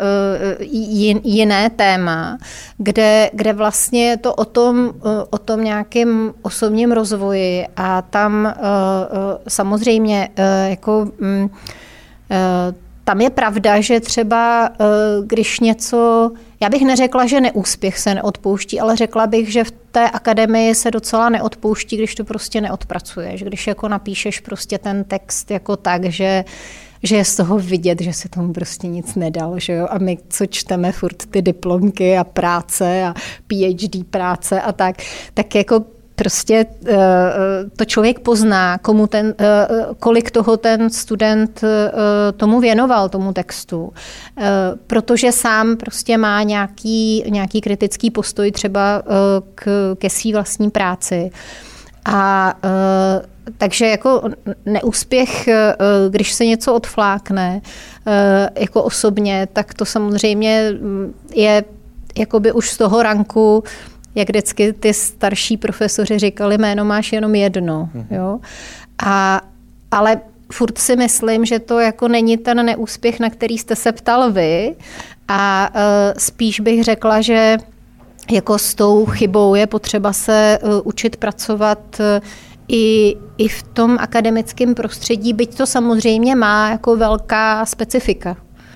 jiné téma, kde vlastně je to o tom nějakém osobním rozvoji a tam samozřejmě jako tam je pravda, že třeba když něco, já bych neřekla, že neúspěch se neodpouští, ale řekla bych, že v té akademii se docela neodpouští, když to prostě neodpracuješ, když jako napíšeš prostě ten text jako tak, že je z toho vidět, že se tomu prostě nic nedal, že jo? A my, co čteme furt ty diplomky a práce a PhD práce a tak jako prostě to člověk pozná, kolik toho ten student tomu věnoval, tomu textu, protože sám prostě má nějaký kritický postoj třeba ke své vlastní práci. A takže jako neúspěch, když se něco odflákne jako osobně, tak to samozřejmě je jakoby už z toho ranku, jak vždycky ty starší profesoři říkali, jméno máš jenom jedno. Jo? Ale furt si myslím, že to jako není ten neúspěch, na který jste se ptal vy. A spíš bych řekla, že jako s tou chybou je potřeba se učit pracovat i v tom akademickém prostředí, byť to samozřejmě má jako velká specifika.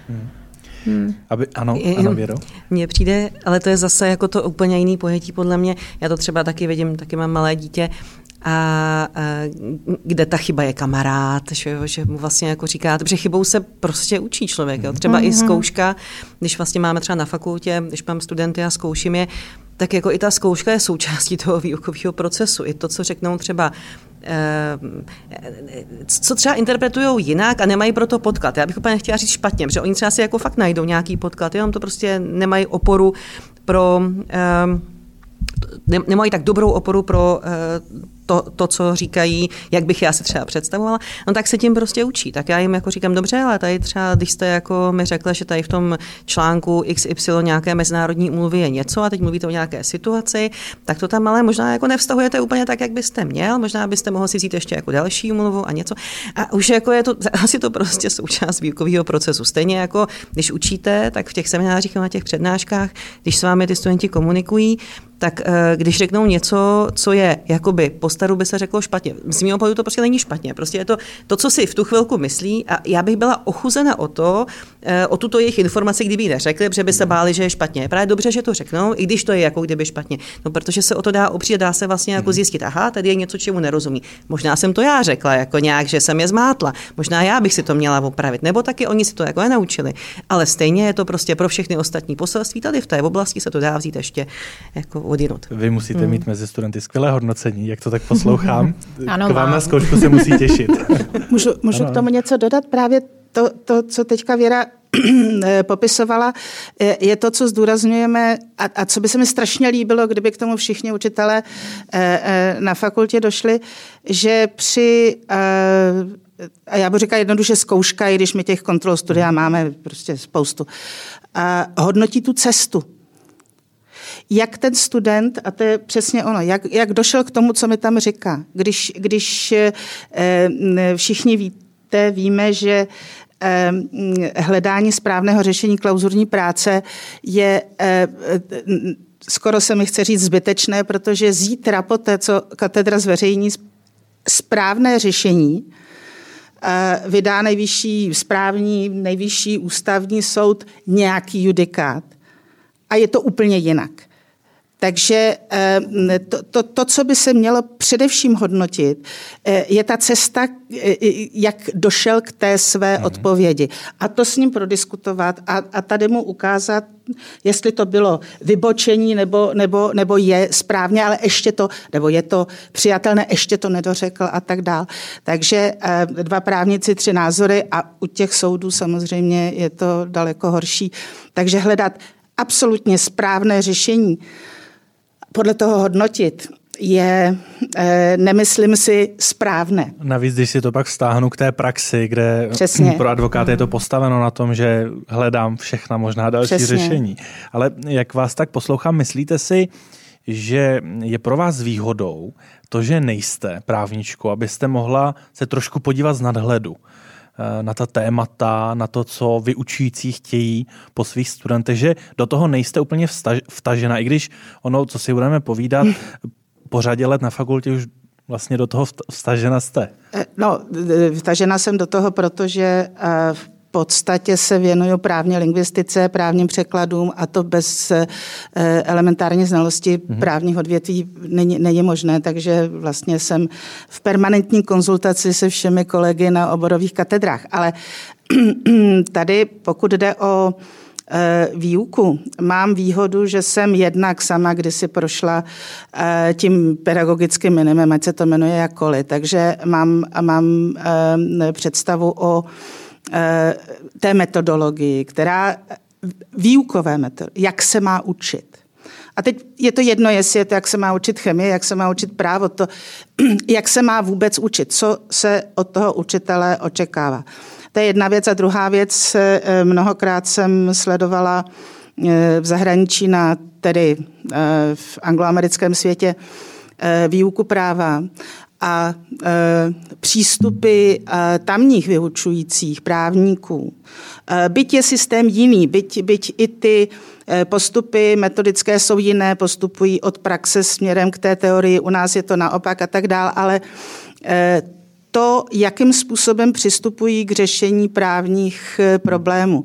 Ano, Věro? Mně přijde, ale to je zase jako to úplně jiný pojetí podle mě. Já to třeba taky vidím, taky mám malé dítě, a kde ta chyba je kamarád, že mu vlastně jako říká, protože chybou se prostě učí člověk. Jo. Třeba i zkouška, když vlastně máme třeba na fakultě, když mám studenty a zkouším je, tak jako i ta zkouška je součástí toho výukového procesu. I to, co řeknou třeba co třeba interpretujou jinak a nemají pro to podklad. Já bych úplně nechtěla říct špatně, protože oni třeba si jako fakt najdou nějaký podklad, jenom to prostě nemají oporu pro nemají tak dobrou oporu pro to, co říkají, jak bych já si třeba představovala, no tak se tím prostě učí. Tak já jim jako říkám, dobře, ale tady třeba, když jste jako mi řekla, že tady v tom článku XY nějaké mezinárodní úmluvy je něco a teď mluvíte o nějaké situaci, tak to tam ale možná jako nevztahujete úplně tak, jak byste měl, možná byste mohl si vzít ještě jako další úmluvu a něco. A už jako je to, asi to prostě součást výukového procesu. Stejně jako když učíte, tak v těch seminářích a na těch přednáškách, když s vámi ty studenti komunikují, tak když řeknou něco, co je jakoby po staru by se řeklo špatně. Z mého pohledu to prostě není špatně. Prostě je to, co si v tu chvilku myslí a já bych byla ochuzena o tuto jejich informaci, kdyby ji neřekli, protože by se báli, že je špatně. Je právě dobře, že to řeknou, i když to je jako kdyby špatně. No, protože se o to dá opřít, dá se vlastně jako zjistit, aha, tady je něco, čemu nerozumí. Možná jsem to já řekla jako nějak, že jsem je zmátla. Možná já bych si to měla opravit, nebo taky oni si to jako nenaučili. Ale stejně je to prostě pro všechny ostatní poselství. Tady v té oblasti se to dá vzít ještě jako odinut. Vy musíte mít mezi studenty skvělé hodnocení, jak to tak poslouchám. Ano, k vám na zkoušku se musí těšit. Můžu k tomu něco dodat? Právě to co teďka Věra popisovala, je to, co zdůrazňujeme a co by se mi strašně líbilo, kdyby k tomu všichni učitelé na fakultě došli, že při a já bych říkala jednoduše zkouška, i když my těch kontrol studia máme prostě spoustu, hodnotí tu cestu. Jak ten student, a to je přesně ono, jak došel k tomu, co mi tam říká. Když všichni víme, že hledání správného řešení klauzurní práce je skoro se mi chce říct zbytečné, protože zítra poté, co katedra zveřejní správné řešení, vydá nejvyšší ústavní soud nějaký judikát a je to úplně jinak. Takže to, co by se mělo především hodnotit, je ta cesta, jak došel k té své odpovědi. A to s ním prodiskutovat a tady mu ukázat, jestli to bylo vybočení nebo je správně, ale ještě to, nebo je to přijatelné, ještě to nedořekl a tak dál. Takže 2 právníci, 3 názory a u těch soudů samozřejmě je to daleko horší. Takže hledat absolutně správné řešení, podle toho hodnotit, je, nemyslím si, správné. Navíc, když si to pak vztáhnu k té praxi, kde Přesně. Pro advokáty je to postaveno na tom, že hledám všechna možná další řešení. Ale jak vás tak poslouchám, myslíte si, že je pro vás výhodou to, že nejste právničkou, abyste mohla se trošku podívat z nadhledu na ta témata, na to, co vyučující chtějí po svých studentech, že do toho nejste úplně vtažena, i když ono, co si budeme povídat, po řadě let na fakultě už vlastně do toho vtažena jste. No, vtažena jsem do toho, protože v podstatě se věnuju právně lingvistice, právním překladům a to bez elementární znalosti právních odvětví není možné, takže vlastně jsem v permanentní konzultaci se všemi kolegy na oborových katedrách. Ale tady, pokud jde o výuku, mám výhodu, že jsem jednak sama kdysi prošla tím pedagogickým minimem, ať se to jmenuje jakkoliv, takže mám představu o té metodologii, výukové metody, jak se má učit. A teď je to jedno, jestli je to, jak se má učit chemie, jak se má učit právo, to, jak se má vůbec učit, co se od toho učitele očekává. To je jedna věc. A druhá věc, mnohokrát jsem sledovala v zahraničí, tedy v angloamerickém světě, výuku práva a přístupy tamních vyučujících právníků. Byť je systém jiný, byť i ty postupy metodické jsou jiné, postupují od praxe směrem k té teorii, u nás je to naopak a tak dál, ale to, jakým způsobem přistupují k řešení právních problémů,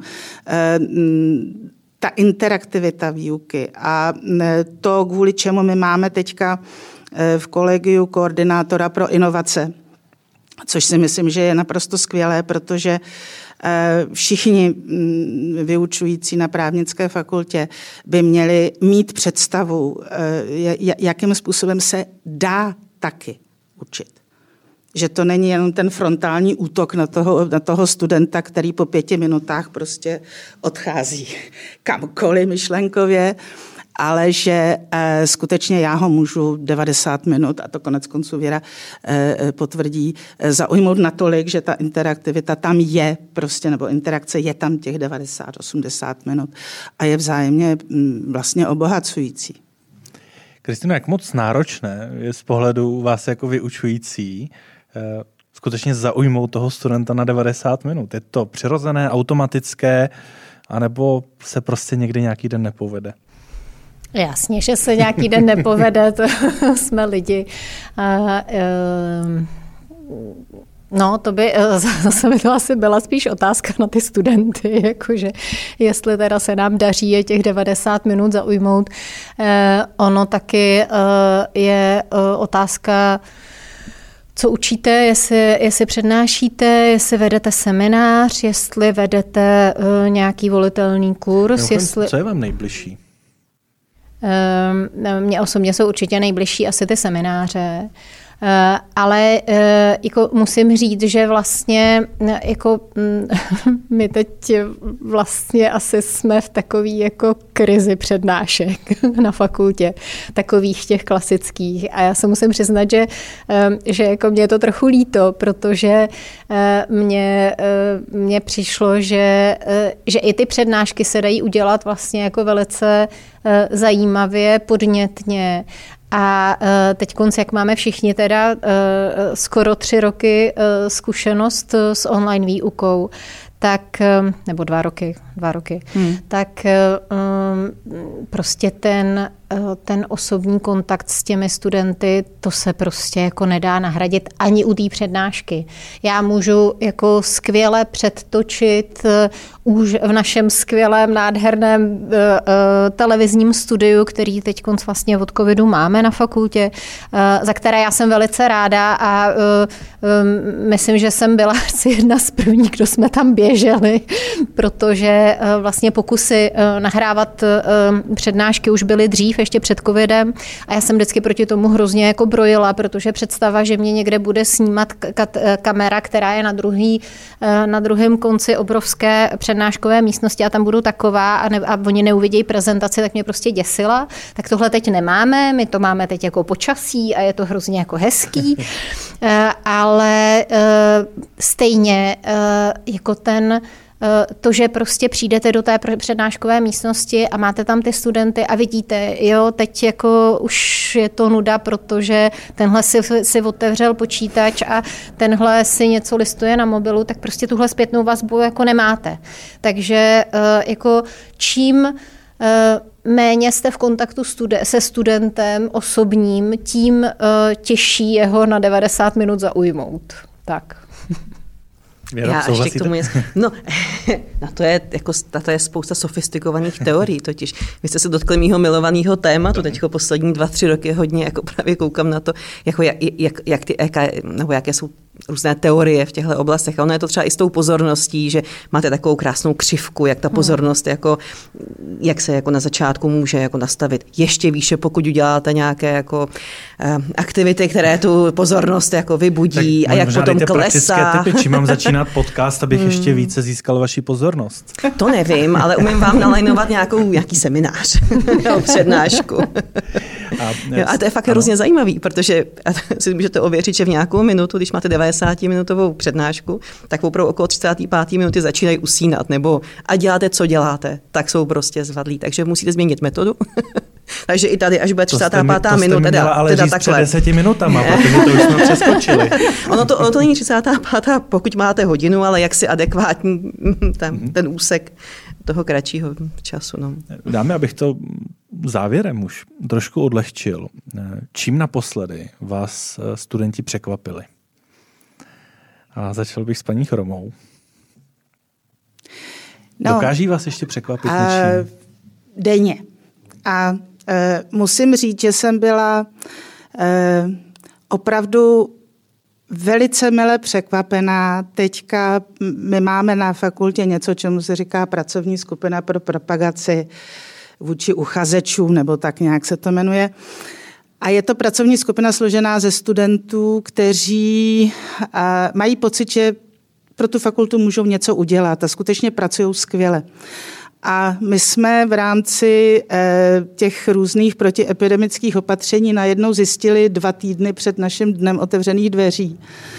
ta interaktivita výuky a to, kvůli čemu my máme teďka v kolegiu koordinátora pro inovace, což si myslím, že je naprosto skvělé, protože všichni vyučující na právnické fakultě by měli mít představu, jakým způsobem se dá taky učit. Že to není jenom ten frontální útok na toho studenta, který po 5 minutách prostě odchází kamkoliv myšlenkově, ale že skutečně já ho můžu 90 minut, a to konec konců Věra potvrdí, zaujmout natolik, že ta interaktivita tam je prostě, nebo interakce je tam těch 90-80 minut a je vzájemně vlastně obohacující. Kristýno, jak moc náročné je z pohledu vás jako vyučující skutečně zaujmout toho studenta na 90 minut? Je to přirozené, automatické, anebo se prostě někdy nějaký den nepovede? Jasně, že se nějaký den nepovede, to jsme lidi. No, to by zase by to asi byla spíš otázka na ty studenty, jakože jestli teda se nám daří je těch 90 minut zaujmout. Ono taky je otázka, co učíte, jestli přednášíte, jestli vedete seminář, jestli vedete nějaký volitelný kurz. Co je vám nejbližší? Mně osobně jsou určitě nejbližší asi ty semináře, ale jako musím říct, že vlastně jako my teď vlastně asi jsme v takový jako krizi přednášek na fakultě, takových těch klasických. A já se musím přiznat, že jako mě je to trochu líto, protože mně přišlo, že i ty přednášky se dají udělat vlastně jako velice zajímavě, podnětně. A teď jak máme všichni teda skoro 3 roky zkušenost s online výukou, tak, nebo 2 roky, tak prostě ten osobní kontakt s těmi studenty, to se prostě jako nedá nahradit ani u té přednášky. Já můžu jako skvěle předtočit už v našem skvělém, nádherném televizním studiu, který teď vlastně od covidu máme na fakultě, za které já jsem velice ráda a myslím, že jsem byla asi jedna z prvních, kdo jsme tam běželi, protože vlastně pokusy nahrávat přednášky už byly dřív, ještě před covidem a já jsem vždycky proti tomu hrozně jako brojila, protože představa, že mě někde bude snímat kamera, která je na druhém konci obrovské přednáškové místnosti a tam budu taková a oni neuvidějí prezentaci, tak mě prostě děsila. Tak tohle teď nemáme, my to máme teď jako počasí a je to hrozně jako hezký, ale stejně jako to, že prostě přijdete do té přednáškové místnosti a máte tam ty studenty a vidíte, jo, teď jako už je to nuda, protože tenhle si otevřel počítač a tenhle si něco listuje na mobilu, tak prostě tuhle zpětnou vazbu jako nemáte. Takže jako čím méně jste v kontaktu se studentem osobním, tím těžší jeho na 90 minut zaujmout. Tak. Já ještě k tomu to je spousta sofistikovaných teorií totiž. Vy jste se dotkli mýho milovaného tématu, teďko poslední 2-3 roky hodně jako právě koukám na to, jako jaké jsou různé teorie v těchto oblastech. A ono je to třeba i s tou pozorností, že máte takovou krásnou křivku, jak ta pozornost, jako, jak se jako na začátku může jako nastavit ještě výše, pokud uděláte nějaké jako, aktivity, které tu pozornost jako vybudí tak a jak potom klesá. Typy, čím mám začínat podcast, abych ještě více získal vaši pozornost? To nevím, ale umím vám nalajnovat nějaký seminář nebo přednášku. A to je fakt hrozně zajímavý, protože si můžete ověřit, že v nějakou minutu, když máte 90-minutovou přednášku, tak opravdu okolo 35. minuty začínají usínat, nebo a děláte, co děláte, tak jsou prostě zvadlí. Takže musíte změnit metodu. Takže i tady, až bude 35. minuta, teda takhle. Před 10 minutama, protože to už jsme přeskočili. Ono to není 35. pokud máte hodinu, ale jaksi adekvátní ten úsek toho kratšího času. No. Dáme, abych to závěrem už trošku odlehčil. Čím naposledy vás studenti překvapili? A začal bych s paní Chromou. Dokáží vás ještě překvapit něčím? Denně. A musím říct, že jsem byla opravdu velice mile překvapená. Teďka my máme na fakultě něco, čemu se říká pracovní skupina pro propagaci vůči uchazečům, nebo tak nějak se to jmenuje. A je to pracovní skupina složená ze studentů, kteří mají pocit, že pro tu fakultu můžou něco udělat a skutečně pracují skvěle. A my jsme v rámci těch různých protiepidemických opatření najednou zjistili 2 týdny před naším dnem otevřených dveří,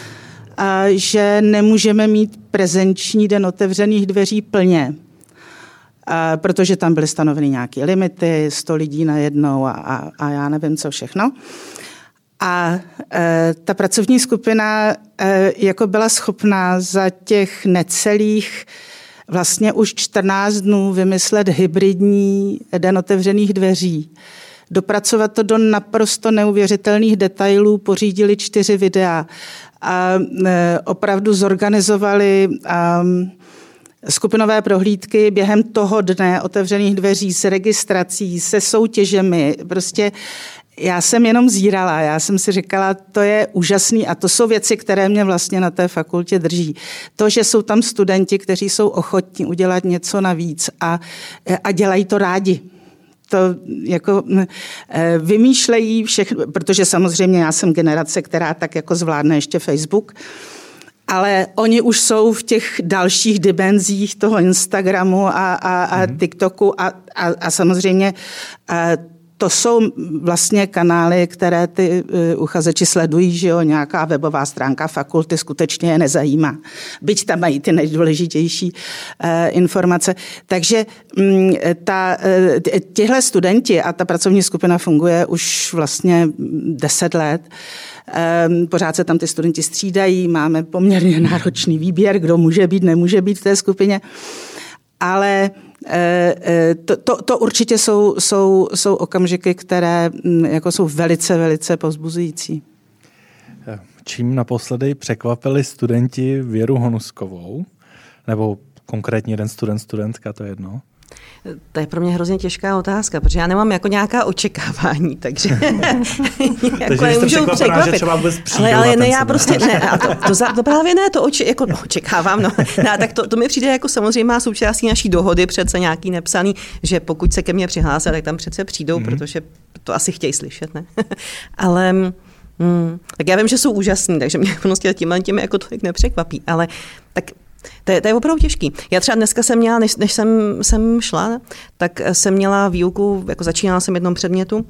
že nemůžeme mít prezenční den otevřených dveří plně, protože tam byly stanoveny nějaké limity, 100 lidí najednou a já nevím, co všechno. A ta pracovní skupina jako byla schopná za těch necelých vlastně už 14 dnů vymyslet hybridní den otevřených dveří. Dopracovat to do naprosto neuvěřitelných detailů, pořídili 4 videa a opravdu zorganizovali skupinové prohlídky během toho dne otevřených dveří s registrací, se soutěžemi. Prostě já jsem jenom zírala, já jsem si říkala, to je úžasný a to jsou věci, které mě vlastně na té fakultě drží. To, že jsou tam studenti, kteří jsou ochotní udělat něco navíc a dělají to rádi. To jako vymýšlejí všechno, protože samozřejmě já jsem generace, která tak jako zvládne ještě Facebook, ale oni už jsou v těch dalších dimenzích toho Instagramu a TikToku a samozřejmě to jsou vlastně kanály, které ty uchazeči sledují, že jo, nějaká webová stránka fakulty skutečně je nezajímá. Byť tam mají ty nejdůležitější informace. Takže tihle studenti, a ta pracovní skupina funguje už vlastně 10 let, Pořád se tam ty studenti střídají, máme poměrně náročný výběr, kdo může být, nemůže být v té skupině. Ale to určitě jsou okamžiky, které jako jsou velice, velice povzbuzující. Čím naposledy překvapili studenti Věru Honuskovou? Nebo konkrétně jeden studentka, to je jedno? To je pro mě hrozně těžká otázka, protože já nemám jako nějaká očekávání, takže takže jste překvapená, že třeba vůbec přijde. Ale ne, já prostě ne, a to právě ne, to očekávám, no. Tak to mi přijde jako samozřejmá součástí naší dohody, přece nějaký nepsaný, že pokud se ke mně přihlásí, tak tam přece přijdou, protože to asi chtějí slyšet, ne? Ale tak já vím, že jsou úžasní, takže mě prostě tím jako tolik nepřekvapí, ale tak to je opravdu těžký. Já třeba dneska jsem měla, než jsem šla, tak jsem měla výuku, jako začínala jsem v jednom předmětu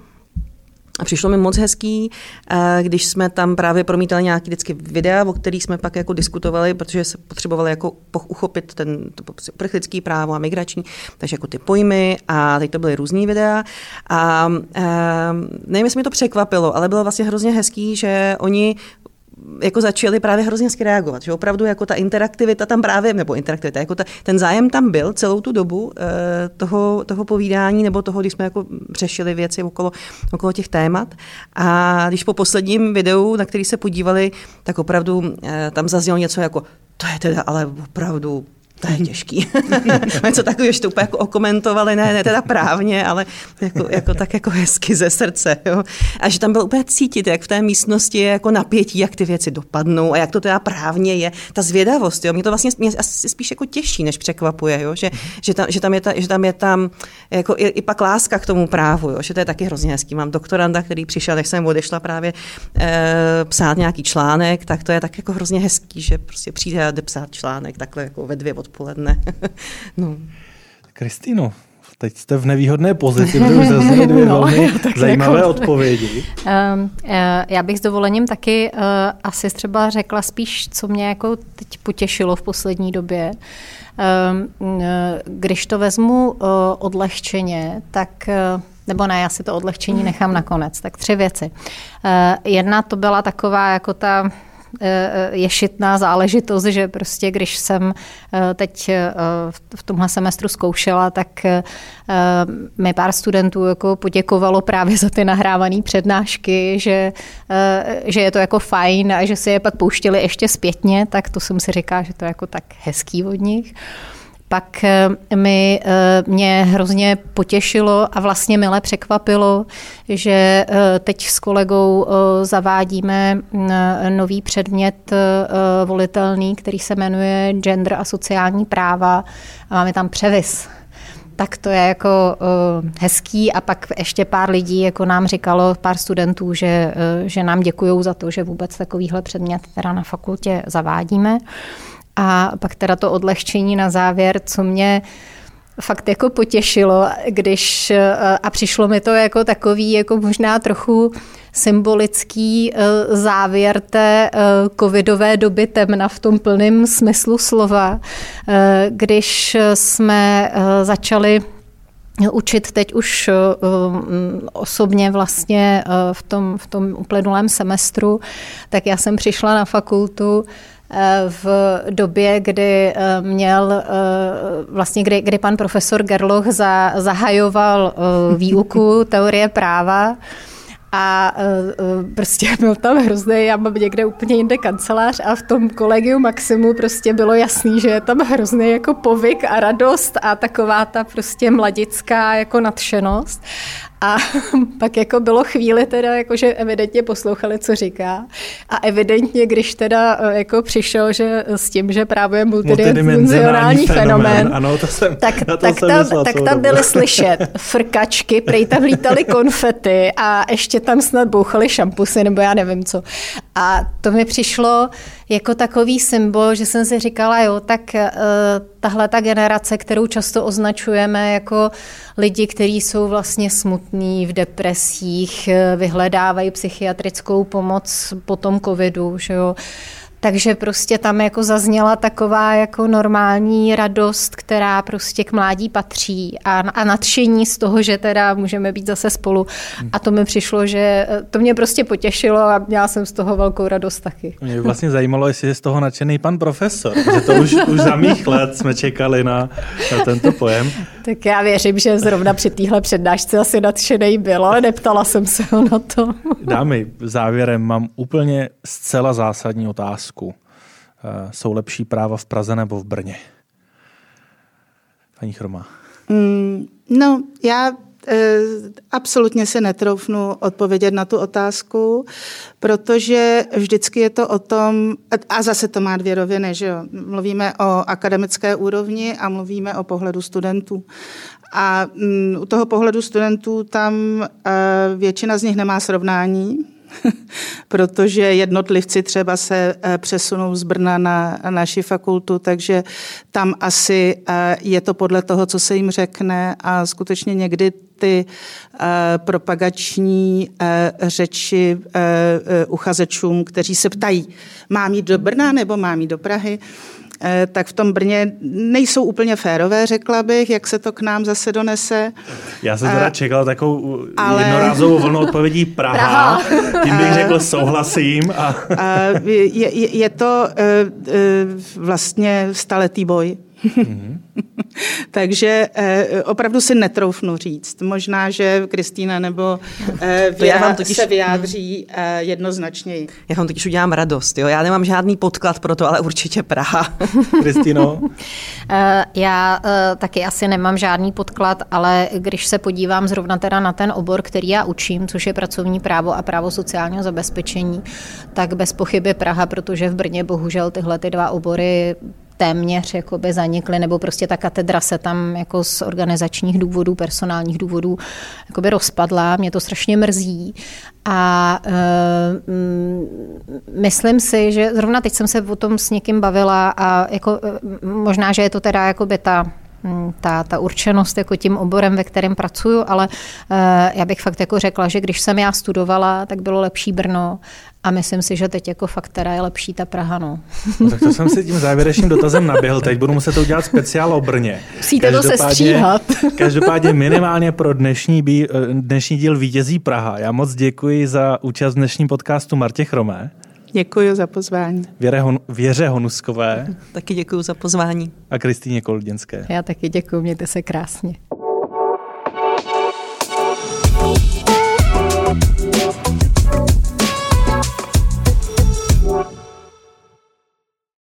a přišlo mi moc hezký, když jsme tam právě promítali nějaký vždycky videa, o kterých jsme pak jako diskutovali, protože se potřebovali jako uchopit ten uprchlický právo a migrační, takže jako ty pojmy a teď to byly různý videa a nevím, jestli mi to překvapilo, ale bylo vlastně hrozně hezký, že oni jako začali právě hrozně hezky reagovat, že opravdu jako ta interaktivita tam právě, nebo interaktivita, jako ten zájem tam byl celou tu dobu toho povídání, nebo toho, když jsme jako řešili věci okolo těch témat. A když po posledním videu, na který se podívali, tak opravdu tam zaznělo něco jako, to je teda ale opravdu to je těžký. Něco takového, že to úplně jako okomentovali, ne teda právně, ale jako hezky ze srdce. Jo? A že tam bylo úplně cítit, jak v té místnosti je jako napětí, jak ty věci dopadnou a jak to teda právně je. Ta zvědavost, jo? Mě to vlastně asi spíš jako těší, než překvapuje, jo? Že tam je jako i pak láska k tomu právu, jo? Že to je taky hrozně hezký. Mám doktoranda, který přišel, jak jsem odešla právě psát nějaký článek, tak to je tak jako hrozně hezký, že prostě přijde a jde psát článek takhle jako ve 2 odpoledne. No. Kristýno, teď jste v nevýhodné pozici, protože už zazněly 2 velmi zajímavé jako odpovědi. Já bych s dovolením taky asi třeba řekla spíš, co mě jako teď potěšilo v poslední době. Když to vezmu odlehčeně, tak nebo ne, já si to odlehčení nechám nakonec. Tak 3 věci. Jedna to byla taková jako ta ješitná záležitost, že prostě když jsem teď v tomhle semestru zkoušela, tak mi pár studentů jako poděkovalo právě za ty nahrávané přednášky, že je to jako fajn a že si je pak pouštěli ještě zpětně, tak to jsem si říkala, že to je jako tak hezký od nich. Pak mě hrozně potěšilo a vlastně mile překvapilo, že teď s kolegou zavádíme nový předmět volitelný, který se jmenuje Gender a sociální práva a máme tam převis. Tak to je jako hezký a pak ještě pár lidí jako nám říkalo, pár studentů, že nám děkujou za to, že vůbec takovýhle předmět teda na fakultě zavádíme. A pak teda to odlehčení na závěr, co mě fakt jako potěšilo, a přišlo mi to jako takový jako možná trochu symbolický závěr té covidové doby temna v tom plném smyslu slova, když jsme začali učit teď už osobně vlastně v tom uplynulém semestru, tak já jsem přišla na fakultu v době, kdy kdy pan profesor Gerloch zahajoval výuku teorie práva a prostě byl tam hrozný, já mám někde úplně jinde kancelář a v tom kolegiu Maximu prostě bylo jasný, že je tam hrozný jako povyk a radost a taková ta prostě mladická jako nadšenost. A pak jako bylo chvíli teda, jako že evidentně poslouchali, co říká. A evidentně, když teda jako přišel, že s tím, že právo je multidimenzionální fenomén, ano, tak tam byly slyšet frkačky, prej tam lítaly konfety a ještě tam snad bouchaly šampusy, nebo já nevím co. A to mi přišlo jako takový symbol, že jsem si říkala, jo, tak tahle ta generace, kterou často označujeme jako lidi, kteří jsou vlastně smutní, v depresích, vyhledávají psychiatrickou pomoc po tom covidu, že jo, Takže prostě tam jako zazněla taková jako normální radost, která prostě k mládí patří a nadšení z toho, že teda můžeme být zase spolu. A to mi přišlo, že to mě prostě potěšilo a měla jsem z toho velkou radost taky. Mě by vlastně zajímalo, jestli je z toho nadšený pan profesor, že to už za mých let jsme čekali na tento pojem. Tak já věřím, že zrovna při téhle přednášce asi nadšenej byl, ale neptala jsem se ho na to. Dámy, závěrem mám úplně zcela zásadní otázku. Jsou lepší práva v Praze nebo v Brně? Paní Chromá. No, já absolutně se netroufnu odpovědět na tu otázku, protože vždycky je to o tom, a zase to má dvě roviny, že jo? Mluvíme o akademické úrovni a mluvíme o pohledu studentů. A u toho pohledu studentů tam většina z nich nemá srovnání, protože jednotlivci třeba se přesunou z Brna na naši fakultu, takže tam asi je to podle toho, co se jim řekne a skutečně někdy ty propagační řeči uchazečům, kteří se ptají, mám jít do Brna nebo mám jít do Prahy, tak v tom Brně nejsou úplně férové, řekla bych, jak se to k nám zase donese. Já jsem teda čekal takovou jednorázovou vlnu odpovědí Praha. Tím bych řekl souhlasím. Je to vlastně staletý boj. Takže opravdu si netroufnu říct. Možná, že Kristýna nebo se vyjádří jednoznačněji. Já vám totiž udělám radost. Jo? Já nemám žádný podklad pro to, ale určitě Praha. Kristýno? Já taky asi nemám žádný podklad, ale když se podívám zrovna teda na ten obor, který já učím, což je pracovní právo a právo sociálního zabezpečení, tak bez pochyby Praha, protože v Brně bohužel tyhle ty dva obory téměř jakoby zanikly, nebo prostě ta katedra se tam jako z organizačních důvodů, personálních důvodů jakoby rozpadla. Mě to strašně mrzí. A myslím si, že zrovna teď jsem se o tom s někým bavila a jako, možná, že je to teda jakoby ta určenost jako tím oborem, ve kterém pracuju, ale já bych fakt jako řekla, že když jsem já studovala, tak bylo lepší Brno a myslím si, že teď jako fakt teda je lepší ta Praha. No, tak to jsem si tím závěrečným dotazem naběhl. Teď budu muset to udělat speciál o Brně. Musíte to sestříhat. Každopádně minimálně pro dnešní díl vítězí Praha. Já moc děkuji za účast v dnešním podcastu Martě Chromé. Děkuji za pozvání. Věře Honuskové. Taky děkuji za pozvání. A Kristýně Kolděnské. Já taky děkuji, mějte se krásně.